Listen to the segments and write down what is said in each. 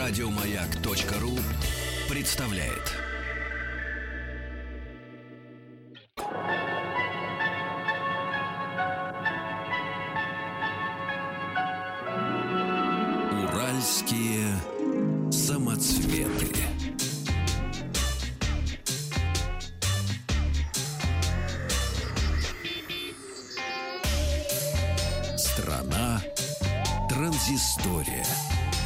Радиомаяк.ру представляет. Уральские самоцветы. Страна транзистория.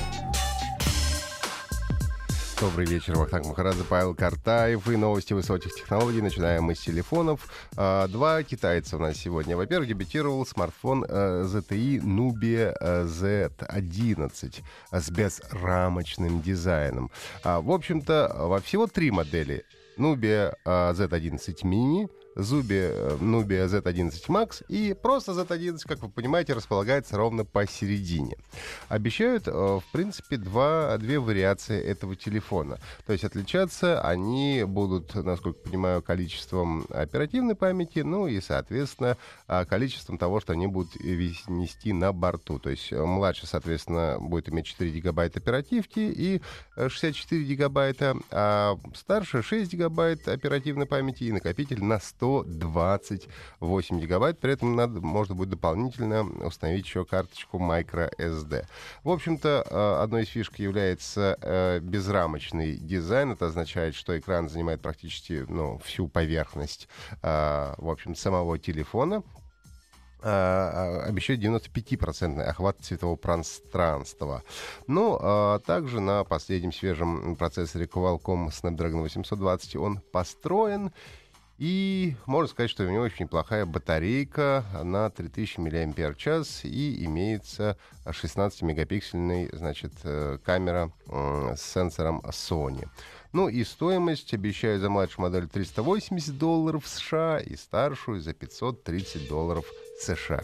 Добрый вечер, Вахтанг Махарадзе, Павел Картаев и новости высоких технологий. Начинаем мы с телефонов. Два китайца у нас сегодня. Во-первых, дебютировал смартфон ZTE Nubia Z11 с безрамочным дизайном. В общем-то, всего три модели. Nubia Z11 Mini, Nubia Z11 Max и просто Z11, как вы понимаете, располагается ровно посередине. Обещают, в принципе, две вариации этого телефона. То есть отличаться они будут, насколько понимаю, количеством оперативной памяти, ну и, соответственно, количеством того, что они будут нести на борту. То есть младший, соответственно, будет иметь 4 гигабайта оперативки и 64 гигабайта, а старший 6 гигабайт оперативной памяти и накопитель на 128 гигабайт. При этом можно будет дополнительно установить еще карточку microSD. В общем-то, одной из фишек является безрамочный дизайн. Это означает, что экран занимает практически всю поверхность в общем, самого телефона. Обещают 95% охват цветового пространства. Также на последнем свежем процессоре Qualcomm Snapdragon 820 он построен. И можно сказать, что у него очень неплохая батарейка на 3000 мАч и имеется 16-мегапиксельная, камера с сенсором Sony. И стоимость обещаю за младшую модель $380 США и старшую за $530 США.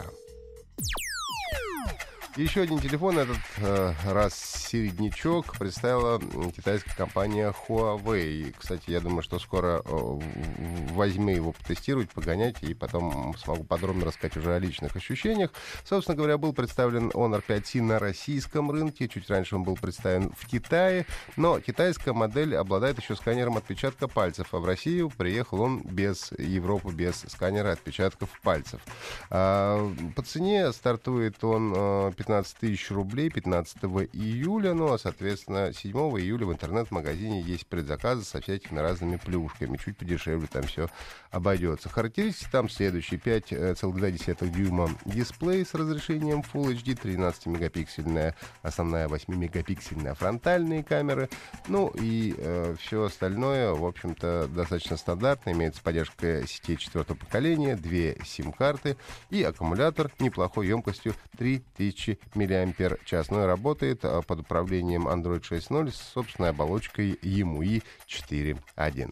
Еще один телефон, этот раз середнячок, представила китайская компания Huawei. Кстати, я думаю, что скоро возьму его потестировать, погонять, и потом смогу подробно рассказать уже о личных ощущениях. Собственно говоря, был представлен Honor 5C на российском рынке. Чуть раньше он был представлен в Китае. Но китайская модель обладает еще сканером отпечатка пальцев. А в Россию приехал он Европу без сканера отпечатков пальцев. По цене стартует он 15 тысяч рублей 15 июля, соответственно, 7 июля в интернет-магазине есть предзаказы со всякими разными плюшками. Чуть подешевле там все обойдется. Характеристики там следующие. 5,2 дюйма дисплей с разрешением Full HD, 13-мегапиксельная основная, 8-мегапиксельная фронтальные камеры. И все остальное, в общем-то, достаточно стандартно. Имеется поддержка сетей 4-го поколения, 2 сим-карты и аккумулятор неплохой емкостью 3000 мАч. И работает под управлением Android 6.0 с собственной оболочкой EMUI 4.1.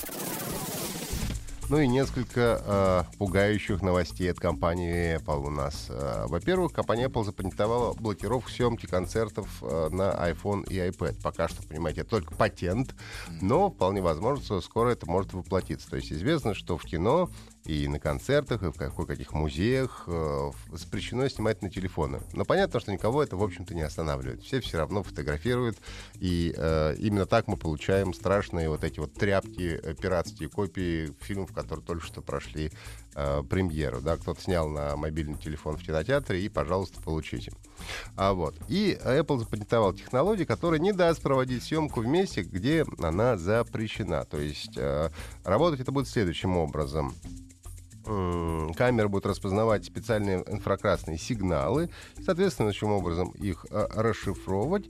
И несколько пугающих новостей от компании Apple у нас. Во-первых, компания Apple запатентовала блокировку съемки концертов на iPhone и iPad. Пока что, понимаете, это только патент, но вполне возможно, что скоро это может воплотиться. То есть известно, что в кино и на концертах, и в каких музеях запрещено снимать на телефоны. Но понятно, что никого это, в общем-то, не останавливает. Все равно фотографируют, и именно так мы получаем страшные вот эти вот тряпки, пиратские копии фильмов, которые только что прошли премьеру. Да? Кто-то снял на мобильный телефон в кинотеатре, и, пожалуйста, получите. И Apple запатентовал технологию, которая не даст проводить съемку в месте, где она запрещена. То есть работать это будет следующим образом. Камера будет распознавать специальные инфракрасные сигналы, соответственно, таким образом их расшифровывать,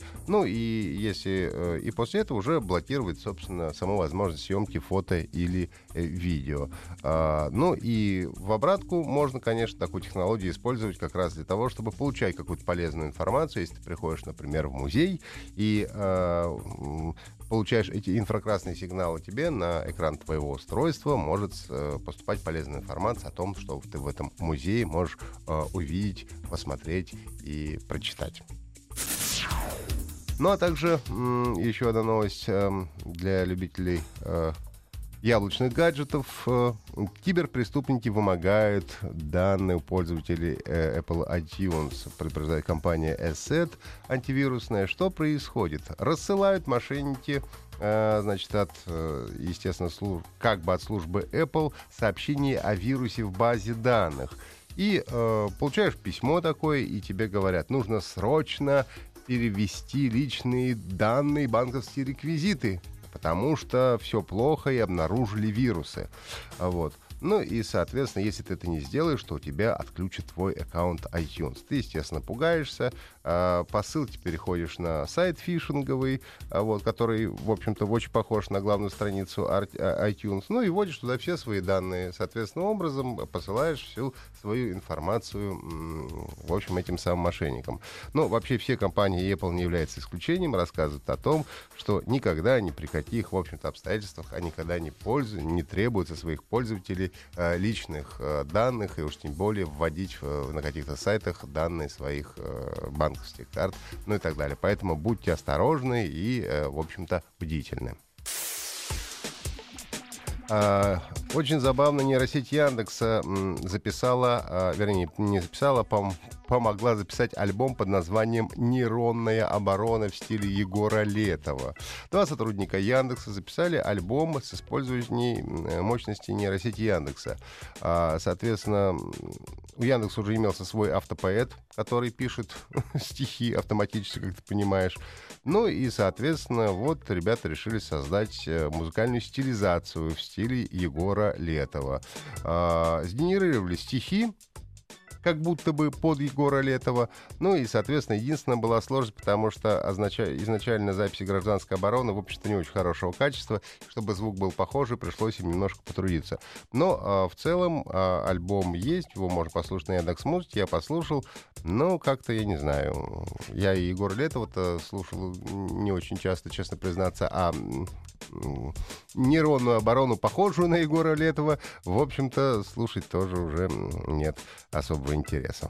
и после этого уже блокировать, собственно, саму возможность съемки фото или видео. И в обратку можно, конечно, такую технологию использовать как раз для того, чтобы получать какую-то полезную информацию. Если ты приходишь, например, в музей и получаешь эти инфракрасные сигналы, тебе на экран твоего устройства может поступать полезная информация о том, что ты в этом музее можешь увидеть, посмотреть и прочитать. А также еще одна новость для любителей яблочных гаджетов киберпреступники вымогают данные у пользователей Apple iTunes, предупреждает компания Asset антивирусная. Что происходит? Рассылают мошенники, естественно, как бы от службы Apple сообщение о вирусе в базе данных. И получаешь письмо такое, и тебе говорят, нужно срочно перевести личные данные, банковские реквизиты, потому что все плохо и обнаружили вирусы. Вот. Ну и, соответственно, если ты это не сделаешь, то у тебя отключат твой аккаунт iTunes. Ты, естественно, пугаешься, по ссылке переходишь на сайт фишинговый, который, в общем-то, очень похож на главную страницу iTunes, ну и вводишь туда все свои данные. Соответственным образом посылаешь всю свою информацию, в общем, этим самым мошенникам. Но вообще все компании Apple не являются исключением, рассказывают о том, что никогда, ни при каких, в общем-то, обстоятельствах, они никогда не требуют со своих пользователей личных данных, и уж тем более вводить на каких-то сайтах данные своих банковских карт, ну и так далее. Поэтому будьте осторожны и, в общем-то, бдительны. Очень забавно, нейросеть Яндекса помогла записать альбом под названием «Нейронная оборона» в стиле Егора Летова. 2 сотрудника Яндекса записали альбом с использованием мощности нейросети Яндекса. Соответственно, у Яндекса уже имелся свой автопоэт, который пишет стихи автоматически, как ты понимаешь. Ну и, соответственно, вот ребята решили создать музыкальную стилизацию в стиле Егора Летова. Сгенерировали стихи, как будто бы под Егора Летова. Ну и, соответственно, единственная была сложность, потому что изначально записи гражданской обороны, в общем-то, не очень хорошего качества. Чтобы звук был похожий, пришлось им немножко потрудиться. Но в целом альбом есть, его можно послушать на Яндекс.Музыке. Я послушал, но как-то, я не знаю, я и Егора Летова-то слушал не очень часто, честно признаться, а нейронную оборону, похожую на Егора Летова, в общем-то, слушать тоже уже нет особого интереса.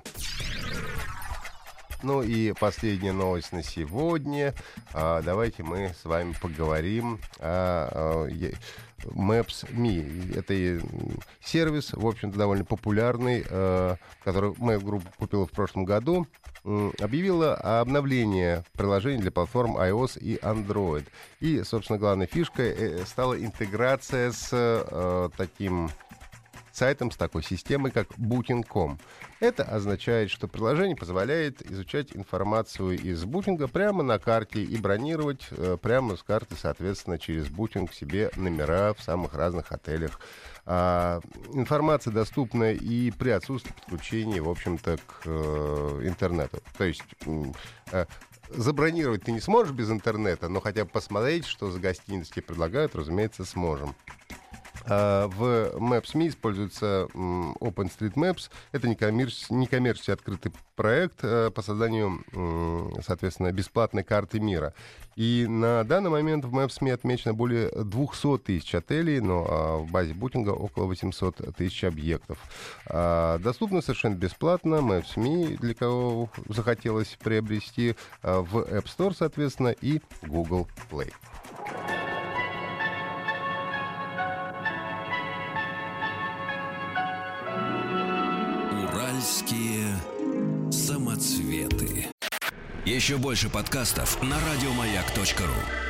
Ну и последняя новость на сегодня. Давайте мы с вами поговорим о Maps.me. Это сервис, в общем-то, довольно популярный, который Mail Group купила в прошлом году. Объявила о обновлении приложений для платформ iOS и Android. И, собственно, главной фишкой стала интеграция с таким сайтом, с такой системой, как Booking.com. Это означает, что приложение позволяет изучать информацию из букинга прямо на карте и бронировать прямо с карты, соответственно, через Booking себе номера в самых разных отелях. Информация доступна и при отсутствии подключения, в общем-то, к интернету. То есть забронировать ты не сможешь без интернета, но хотя бы посмотреть, что за гостиницы тебе предлагают, разумеется, сможем. В Maps.me используется OpenStreetMaps. Это некоммерческий открытый проект по созданию, соответственно, бесплатной карты мира. И на данный момент в Maps.me отмечено более 200 тысяч отелей, но в базе Booking около 800 тысяч объектов. Доступно совершенно бесплатно. Maps.me, для кого захотелось приобрести, в App Store, соответственно, и Google Play. Уральские самоцветы. Еще больше подкастов на радиомаяк.ру.